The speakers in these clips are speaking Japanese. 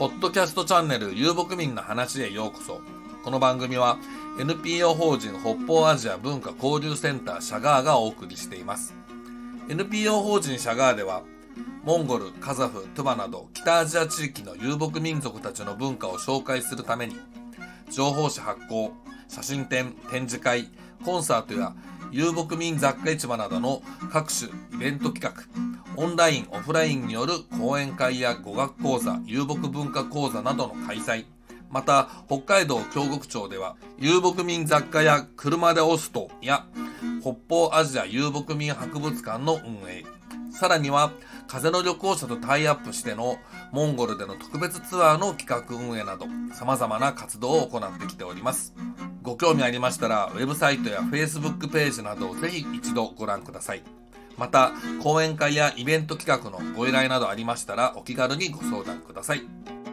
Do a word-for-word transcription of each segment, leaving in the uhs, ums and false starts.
ポッドキャストチャンネル遊牧民の話へようこそ。この番組は エヌピーオー 法人北方アジア文化交流センターシャガーがお送りしています。 エヌピーオー 法人シャガーではモンゴル、カザフ、トゥバなど北アジア地域の遊牧民族たちの文化を紹介するために情報誌発行、写真展、展示会、コンサートや遊牧民雑貨市場などの各種イベント企画、オンライン、オフラインによる講演会や語学講座、遊牧文化講座などの開催、また北海道京極町では遊牧民雑貨や車で押すとや北方アジア遊牧民博物館の運営、さらには風の旅行者とタイアップしてのモンゴルでの特別ツアーの企画運営など様々な活動を行ってきております。ご興味ありましたらウェブサイトや Facebook ページなどをぜひ一度ご覧ください。また講演会やイベント企画のご依頼などありましたらお気軽にご相談ください。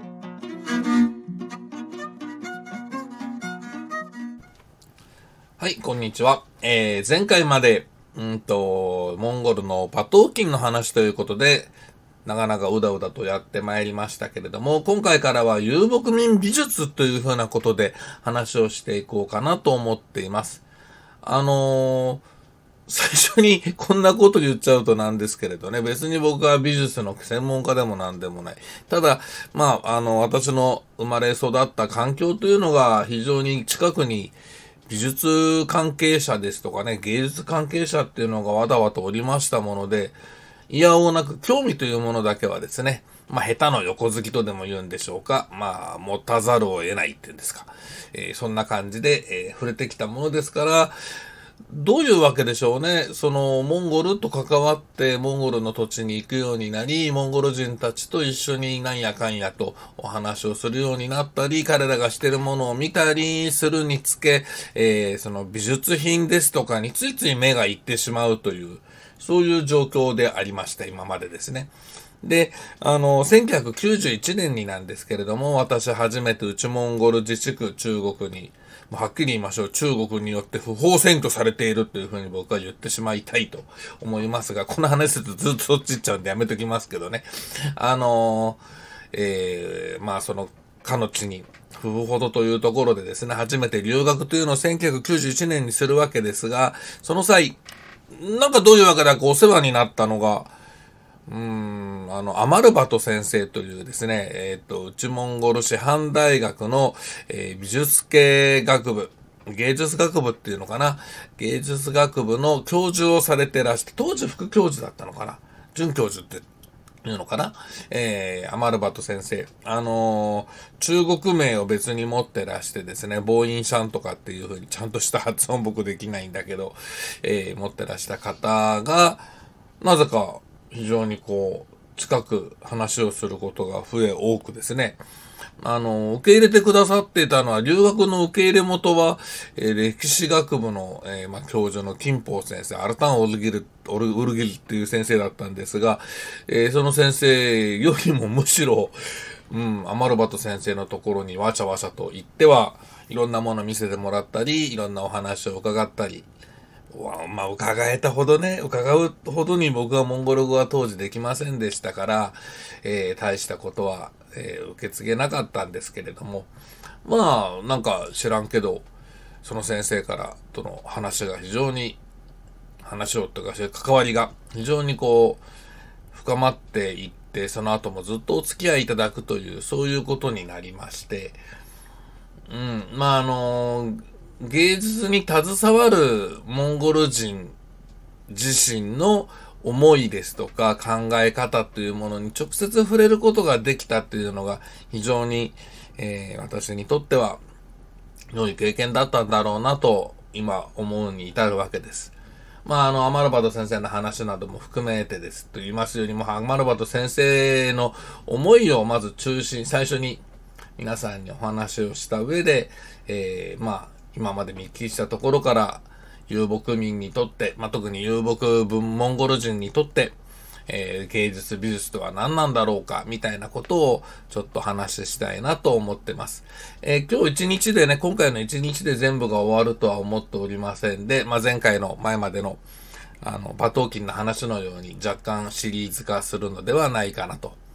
はい、こんにちは。えー、前回までうんとモンゴルの馬頭琴の話ということで長々うだうだとやってまいりましたけれども、今回からは遊牧民美術というふうなことで話をしていこうかなと思っています。あのー、最初にこんなこと言っちゃうとなんですけれどね、別に僕は美術の専門家でもなんでもない。ただ、まあ、あの、私の生まれ育った環境というのが非常に近くに美術関係者ですとかね、芸術関係者っていうのがわだわだおりましたもので、いやおうなく興味というものだけはですね、まあ下手の横好きとでも言うんでしょうか、まあ持たざるを得ないっていうんですか、えー、そんな感じで、えー、触れてきたものですから、どういうわけでしょうね。そのモンゴルと関わってモンゴルの土地に行くようになり、モンゴル人たちと一緒になんやかんやとお話をするようになったり、彼らがしているものを見たりするにつけ、えー、その美術品ですとかについつい目が行ってしまうという、そういう状況でありました、今までですね。で、あの、せんきゅうひゃくきゅうじゅういちねんになんですけれども、私初めて内モンゴル自治区中国に、はっきり言いましょう、中国によって不法占拠されているというふうに僕は言ってしまいたいと思いますが、この話するとずっとそっち行っちゃうんでやめときますけどね。あの、えー、まあその、かの地に、夫婦ほどというところでですね、初めて留学というのをせんきゅうひゃくきゅうじゅういちねんにするわけですが、その際、なんかどういうわけだかお世話になったのが、うーん、あの、アマルバト先生というですね、えっと、内モンゴル師範大学の、えー、美術系学部、芸術学部っていうのかな、芸術学部の教授をされてらして、当時副教授だったのかな、准教授っていうのかな、えー、アマルバト先生。あのー、中国名を別に持ってらしてですね、ボーインシャンとかっていう風にちゃんとした発音僕できないんだけど、えー、持ってらした方が、なぜか非常にこう、近く話をすることが増え多くですね、あの、受け入れてくださっていたのは、留学の受け入れ元は、えー、歴史学部の、えー、まあ、教授の金峰先生、アルタン・オルギル、オル、ウルギルっていう先生だったんですが、えー、その先生よりもむしろ、うん、アマルバト先生のところにわちゃわちゃと行っては、いろんなものを見せてもらったり、いろんなお話を伺ったり、まあ、伺えたほどね、伺うほどに僕はモンゴル語は当時できませんでしたから、えー、大したことは、えー、受け継げなかったんですけれども、まあ、なんか知らんけど、その先生からとの話が非常に、話をというか、関わりが非常にこう、深まっていって、その後もずっとお付き合いいただくという、そういうことになりまして、うん、まあ、あのー、芸術に携わるモンゴル人自身の思いですとか考え方というものに直接触れることができたというのが非常に、えー、私にとっては良い経験だったんだろうなと今思うに至るわけです。まあ、あの、アマルバト先生の話なども含めてですと言いますよりも、アマルバト先生の思いをまず中心、最初に皆さんにお話をした上で、えー、まあ、今まで見聞きしたところから遊牧民にとって、まあ、特に遊牧文モンゴル人にとって、えー、芸術美術とは何なんだろうかみたいなことをちょっと話したいなと思ってます。えー、今日一日でね、今回の一日で全部が終わるとは思っておりませんで、まあ、前回の前までのあの馬頭琴の話のように若干シリーズ化するのではないかなと。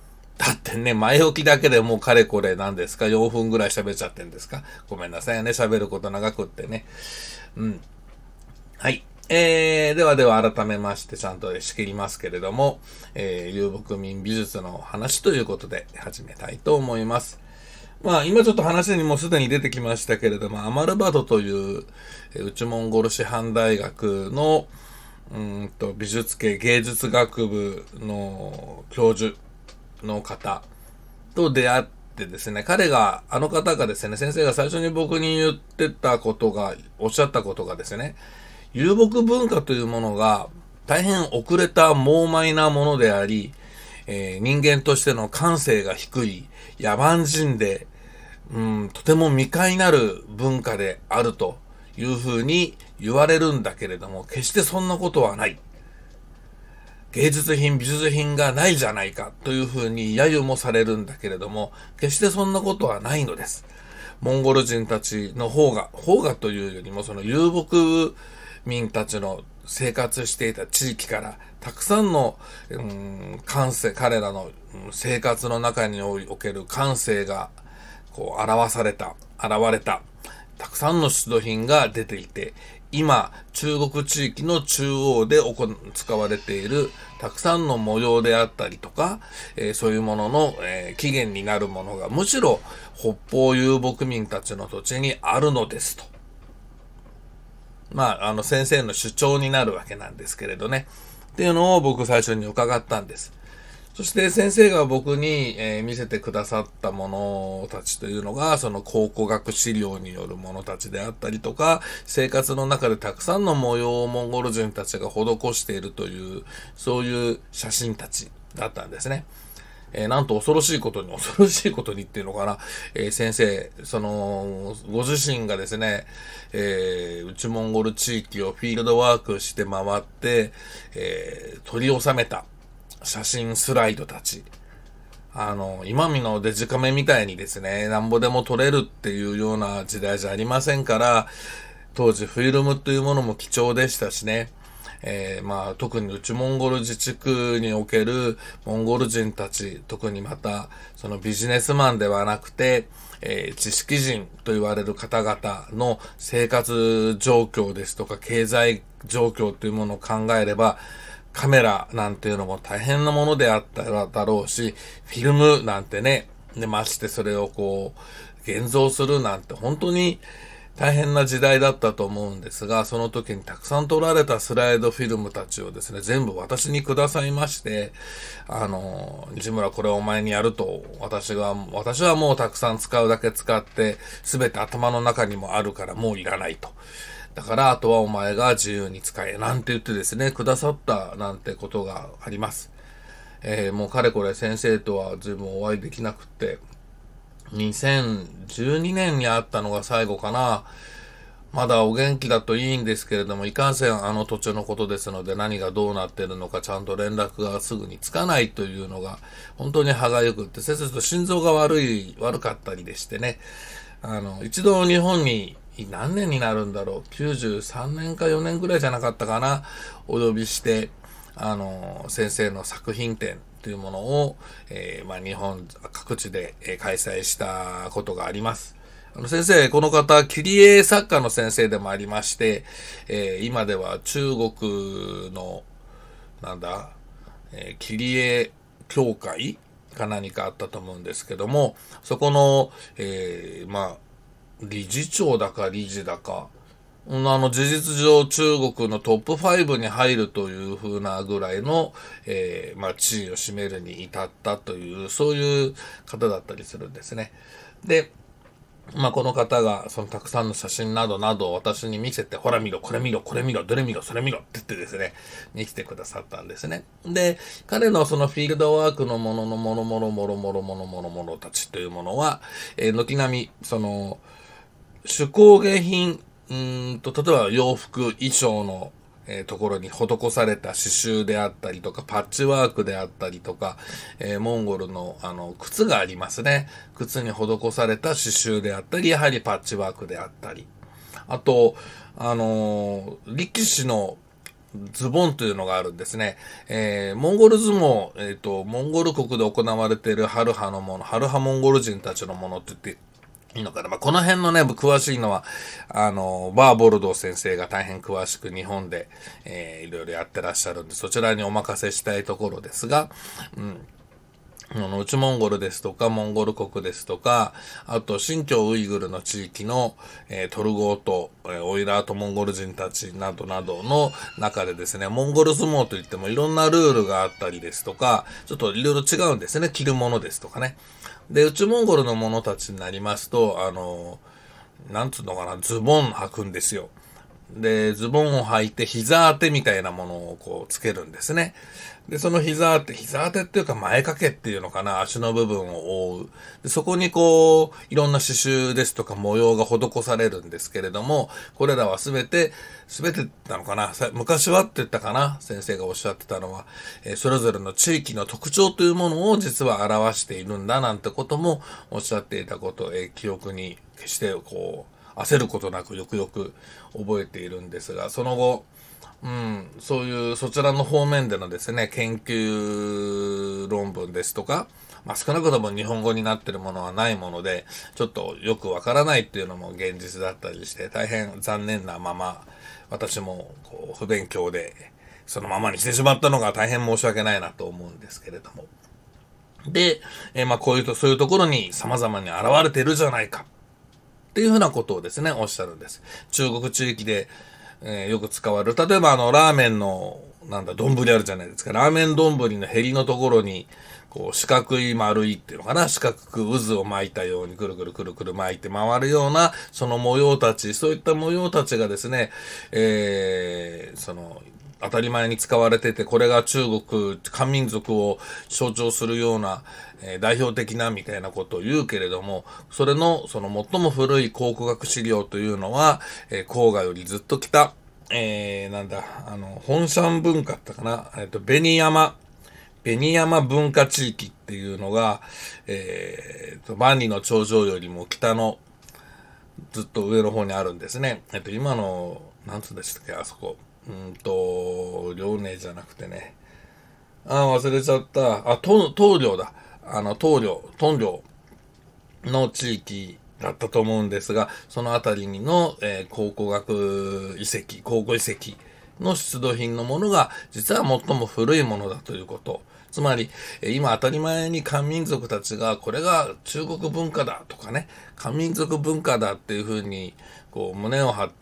だってね、前置きだけでもうかれこれなんですか、よんぷんぐらい喋っちゃってんですか。ごめんなさいね、喋ること長くってね。うん。はい。えー、ではでは改めましてちゃんと仕切りますけれども、えー、遊牧民美術の話ということで始めたいと思います。まあ今ちょっと話にもすでに出てきましたけれども、アマルバドという内モンゴル師範大学のうんと美術系芸術学部の教授の方と出会ってですね、彼が、あの方がですね、先生が最初に僕に言ってたことが、おっしゃったことがですね、遊牧文化というものが大変遅れた猛邁なものであり、えー、人間としての感性が低い野蛮人で、うん、とても未開なる文化であるというふうに言われるんだけれども、決してそんなことはない。芸術品、美術品がないじゃないかというふうに揶揄もされるんだけれども、決してそんなことはないのです。モンゴル人たちの方が、方がというよりもその遊牧民たちの生活していた地域からたくさんの、うん、感性、彼らの生活の中における感性がこう表された、現れた、たくさんの出土品が出ていて、今、中国地域の中央で使われているたくさんの模様であったりとか、えー、そういうものの、えー、起源になるものがむしろ北方遊牧民たちの土地にあるのですと。まあ、あの先生の主張になるわけなんですけれどね。っていうのを僕最初に伺ったんです。そして先生が僕に、えー、見せてくださったものたちというのが、その考古学資料によるものたちであったりとか、生活の中でたくさんの模様をモンゴル人たちが施しているという、そういう写真たちだったんですね。えー、なんと恐ろしいことに、恐ろしいことにっていうのかな、えー、先生、その、ご自身がですね、えー、内モンゴル地域をフィールドワークして回って、えー、取り収めた写真スライドたち。あの、今見のデジカメみたいにですね、なんぼでも撮れるっていうような時代じゃありませんから、当時フィルムというものも貴重でしたしね。えー、まあ、特に内モンゴル自治区におけるモンゴル人たち、特にまた、そのビジネスマンではなくて、えー、知識人と言われる方々の生活状況ですとか、経済状況というものを考えれば、カメラなんていうのも大変なものであっただろうし、フィルムなんてね、でましてそれをこう、現像するなんて本当に大変な時代だったと思うんですが、その時にたくさん撮られたスライドフィルムたちをですね、全部私にくださいまして、あの、西村これお前にやると、私が、私はもうたくさん使うだけ使って、すべて頭の中にもあるからもういらないと。だからあとはお前が自由に使えなんて言ってですね、くださったなんてことがあります。えー、もうかれこれ先生とは随分お会いできなくって、にせんじゅうにねんに会ったのが最後かな。まだお元気だといいんですけれども、いかんせんあの土地のことですので何がどうなってるのかちゃんと連絡がすぐにつかないというのが本当に歯がゆくって、先生と心臓が悪い、悪かったりでしてね、あの、一度日本に何年になるんだろう、きゅうじゅうさんねんかよねんぐらいじゃなかったかな、お呼びして、あの、先生の作品展というものを、えー、まあ、日本各地で開催したことがあります。あの先生、この方、切り絵作家の先生でもありまして、えー、今では中国の、なんだ、えー、切り絵協会か何かあったと思うんですけども、そこの、えー、まあ、理事長だか理事だか、あの、事実上中国のトップファイブに入るという風なぐらいの、えー、まあ、地位を占めるに至ったという、そういう方だったりするんですね。で、まあ、この方が、そのたくさんの写真などなどを私に見せて、ほら見ろ、これ見ろ、これ見ろ、どれ見ろ、それ見ろって言ってですね、に来てくださったんですね。で、彼のそのフィールドワークのもののもろもろもろもろもろもろもろたちというものは、えー、軒並み、その、手工芸品、うーんと、例えば洋服、衣装の、えー、ところに施された刺繍であったりとか、パッチワークであったりとか、えー、モンゴルの、あの、靴がありますね。靴に施された刺繍であったり、やはりパッチワークであったり。あと、あのー、力士の、 ズボンというのがあるんですね。えー、モンゴル相撲、えっと、モンゴル国で行われているハルハのもの、ハルハモンゴル人たちのものって言っていいのかな。まあ、この辺のね、詳しいのは、あの、バーボルドー先生が大変詳しく日本で、えー、いろいろやってらっしゃるんで、そちらにお任せしたいところですが、うん。内モンゴルですとか、モンゴル国ですとか、あと、新疆ウイグルの地域の、えー、トルゴーと、えー、オイラーとモンゴル人たちなどなどの中でですね、モンゴル相撲といってもいろんなルールがあったりですとか、ちょっといろいろ違うんですね。着るものですとかね。で、内モンゴルの者たちになりますと、あの、なんつうのかな、ズボン履くんですよ。で、ズボンを履いて膝当てみたいなものをこうつけるんですね。で、その膝当て、膝当てっていうか前掛けっていうのかな、足の部分を覆う。で、そこにこう、いろんな刺繍ですとか模様が施されるんですけれども、これらはすべて、すべてなのかな、昔はって言ったかな、先生がおっしゃってたのは、えー、それぞれの地域の特徴というものを実は表しているんだなんてこともおっしゃっていたこと、えー、記憶に決してこう、焦ることなくよくよく覚えているんですが、その後、うん、そういうそちらの方面でのですね、研究論文ですとか、まあ、少なくとも日本語になっているものはないもので、ちょっとよくわからないっていうのも現実だったりして、大変残念なまま、私もこう不勉強で、そのままにしてしまったのが大変申し訳ないなと思うんですけれども。で、えー、まあこういうと、そういうところに様々に現れているじゃないか。っていうふうなことをですね、おっしゃるんです。中国地域で、えー、よく使われる。例えばあの、ラーメンの、なんだ、丼あるじゃないですか。ラーメン丼のヘリのところに、こう、四角い丸いっていうのかな。四角く渦を巻いたように、くるくるくるくる巻いて回るような、その模様たち、そういった模様たちがですね、えー、その、当たり前に使われてて、これが中国、漢民族を象徴するような、えー、代表的なみたいなことを言うけれども、それの、その最も古い考古学資料というのは、えー、黄河よりずっと北、えー、なんだ、あの、本山文化ってかな、えっと、紅山、紅山文化地域っていうのが、えー、と、万里の長城よりも北の、ずっと上の方にあるんですね。えっと、今の、なんつうんでしたっけ、あそこ。うんと、遼寧じゃなくてね。ああ、忘れちゃった。あ、東、東陵だ。あの、東陵、東陵の地域だったと思うんですが、そのあたりの、えー、考古学遺跡、考古遺跡の出土品のものが、実は最も古いものだということ。つまり、今当たり前に漢民族たちが、これが中国文化だとかね、漢民族文化だっていうふうに、こう、胸を張って、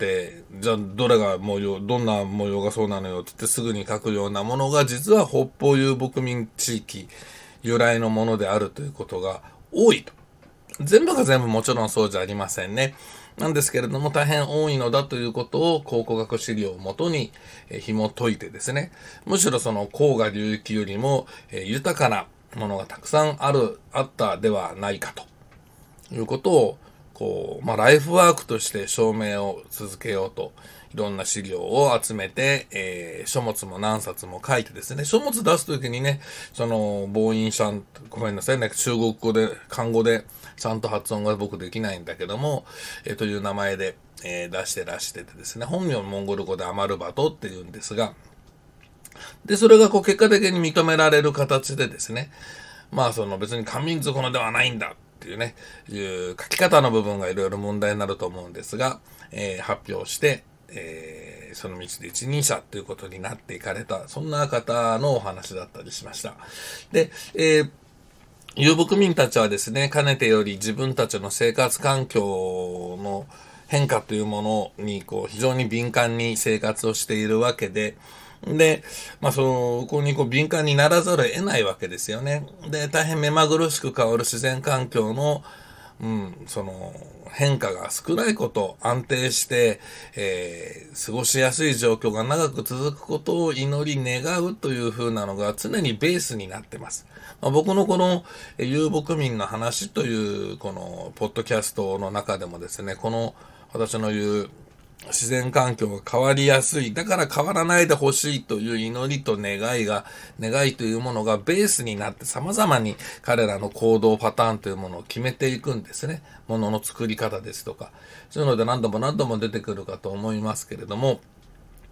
じゃあ、どれが模様、どんな模様がそうなのよって言ってすぐに書くようなものが、実は北方遊牧民地域由来のものであるということが多いと。全部が全部もちろんそうじゃありませんね。なんですけれども大変多いのだということを考古学資料をもとに紐解いてですね、むしろその黄河流域よりも豊かなものがたくさんある、あったではないかということを、こう、まあ、ライフワークとして証明を続けようと、いろんな資料を集めて、えー、書物も何冊も書いてですね、書物出すときにね、その、ボーインシャン、ごめんなさいね、中国語で、漢語で、ちゃんと発音が僕できないんだけども、えー、という名前で、えー、出してらしててですね、本名モンゴル語でアマルバトって言うんですが、で、それがこう結果的に認められる形でですね、まあその別に漢民族のではないんだっていうね、いう書き方の部分がいろいろ問題になると思うんですが、えー、発表して、えー、その道で一人者ということになっていかれた、そんな方のお話だったりしました。で、えー遊牧民たちはですね、かねてより自分たちの生活環境の変化というものに、こう、非常に敏感に生活をしているわけで、で、まあ、そこにこう敏感にならざるを得ないわけですよね。で、大変目まぐるしく変わる自然環境の、うん、その、変化が少ないこと、安定して、えー、過ごしやすい状況が長く続くことを祈り願うという風なのが常にベースになってます。まあ、僕のこの遊牧民の話というこのポッドキャストの中でもですね、この私の言う自然環境が変わりやすい。だから変わらないでほしいという祈りと願いが、願いというものがベースになって様々に彼らの行動パターンというものを決めていくんですね。ものの作り方ですとか。そういうので何度も何度も出てくるかと思いますけれども、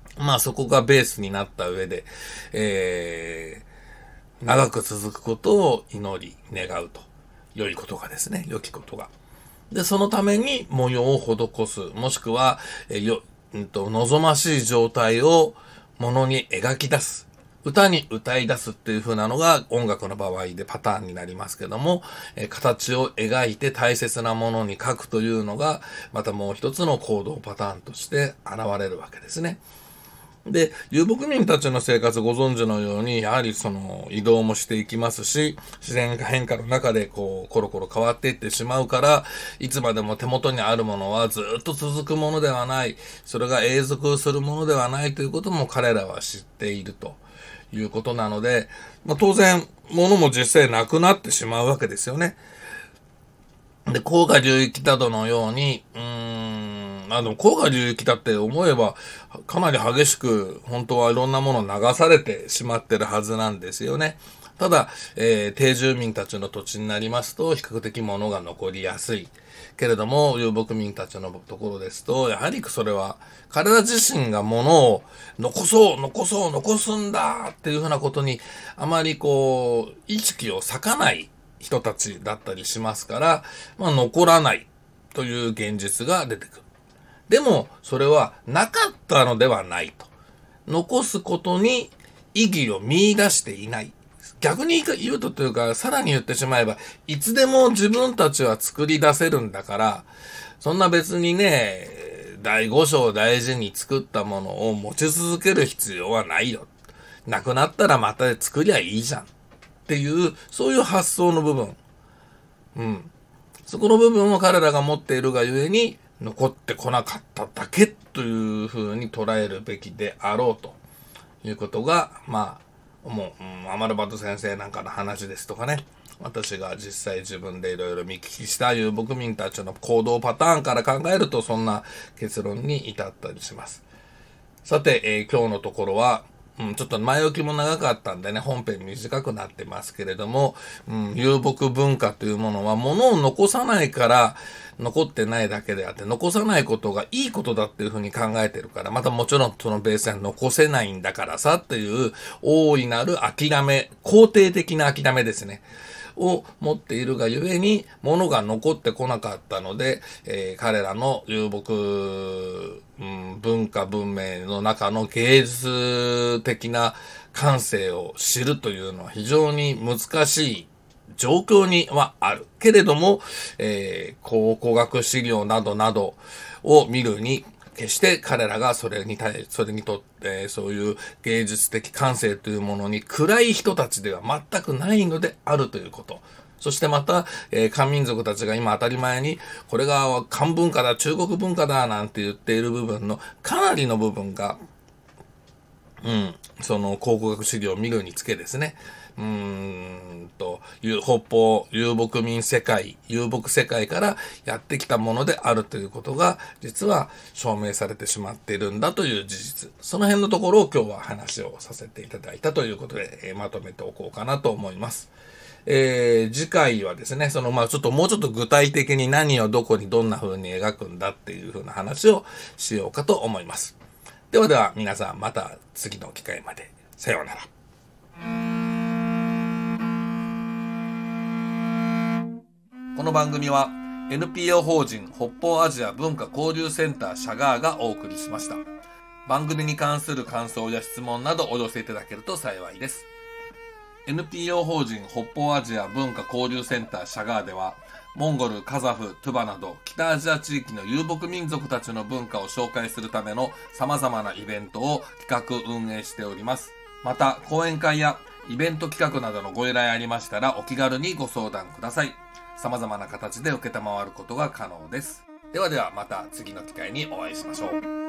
まあそこがベースになった上で、えー、長く続くことを祈り、願うと。良いことがですね、良きことが。で、そのために模様を施す、もしくは、えー、よ、うんと、望ましい状態をものに描き出す。歌に歌い出すっていう風なのが音楽の場合でパターンになりますけども、えー、形を描いて大切なものに書くというのが、またもう一つの行動パターンとして現れるわけですね。で、遊牧民たちの生活ご存知のように、やはりその移動もしていきますし、自然変化の中でこう、コロコロ変わっていってしまうから、いつまでも手元にあるものはずっと続くものではない、それが永続するものではないということも彼らは知っているということなので、まあ、当然、物も実際なくなってしまうわけですよね。で、黄河流域などのように、うーん、あ、でも黄河流域だって思えば、かなり激しく、本当はいろんなもの流されてしまってるはずなんですよね。ただ、えー、定住民たちの土地になりますと、比較的物が残りやすい。けれども、遊牧民たちのところですと、やはりそれは、彼ら自身が物を残そう、残そう、残すんだっていうふうなことに、あまりこう、意識を割かない人たちだったりしますから、まあ残らないという現実が出てくる。でも、それはなかったのではないと。残すことに意義を見出していない。逆に言うとというか、さらに言ってしまえば、いつでも自分たちは作り出せるんだから、そんな別にね、第五章大事に作ったものを持ち続ける必要はないよ。なくなったらまた作りゃいいじゃん。っていう、そういう発想の部分。うん。そこの部分を彼らが持っているがゆえに、残ってこなかっただけというふうに捉えるべきであろうということが、まあ、もう、うん、アマルバト先生なんかの話ですとかね、私が実際自分でいろいろ見聞きした遊牧民たちの行動パターンから考えると、そんな結論に至ったりします。さて、えー、今日のところは、うん、ちょっと前置きも長かったんでね、本編短くなってますけれども、うん、遊牧文化というものは物を残さないから残ってないだけであって、残さないことがいいことだっていうふうに考えてるから、またもちろんそのベースは残せないんだからさっていう大いなる諦め、肯定的な諦めですね。を持っているがゆえに、物が残ってこなかったので、えー、彼らの遊牧、うん、文化文明の中の芸術的な感性を知るというのは非常に難しい状況にはある。けれども、えー、考古学資料などなどを見るに、決して彼らがそれに対、それにとって、そういう芸術的感性というものに暗い人たちでは全くないのであるということ。そしてまた、えー、漢民族たちが今当たり前に、これが漢文化だ、中国文化だ、なんて言っている部分のかなりの部分が、うん、その考古学資料を見るにつけですね、うーんと、北方、遊牧民世界、遊牧世界からやってきたものであるということが、実は証明されてしまっているんだという事実。その辺のところを今日は話をさせていただいたということで、えー、まとめておこうかなと思います。えー、次回はですね、そのまあちょっともうちょっと具体的に何をどこにどんな風に描くんだっていう風な話をしようかと思います。ではでは皆さんまた次の機会まで。さようなら。この番組は エヌピーオー 法人北方アジア文化交流センターシャガーがお送りしました。番組に関する感想や質問などお寄せいただけると幸いです。エヌピーオー 法人北方アジア文化交流センターシャガーでは、モンゴル、カザフ、トゥバなど北アジア地域の遊牧民族たちの文化を紹介するための様々なイベントを企画運営しております。また、講演会やイベント企画などのご依頼ありましたらお気軽にご相談ください。様々な形で受けたまわることが可能です。ではではまた次の機会にお会いしましょう。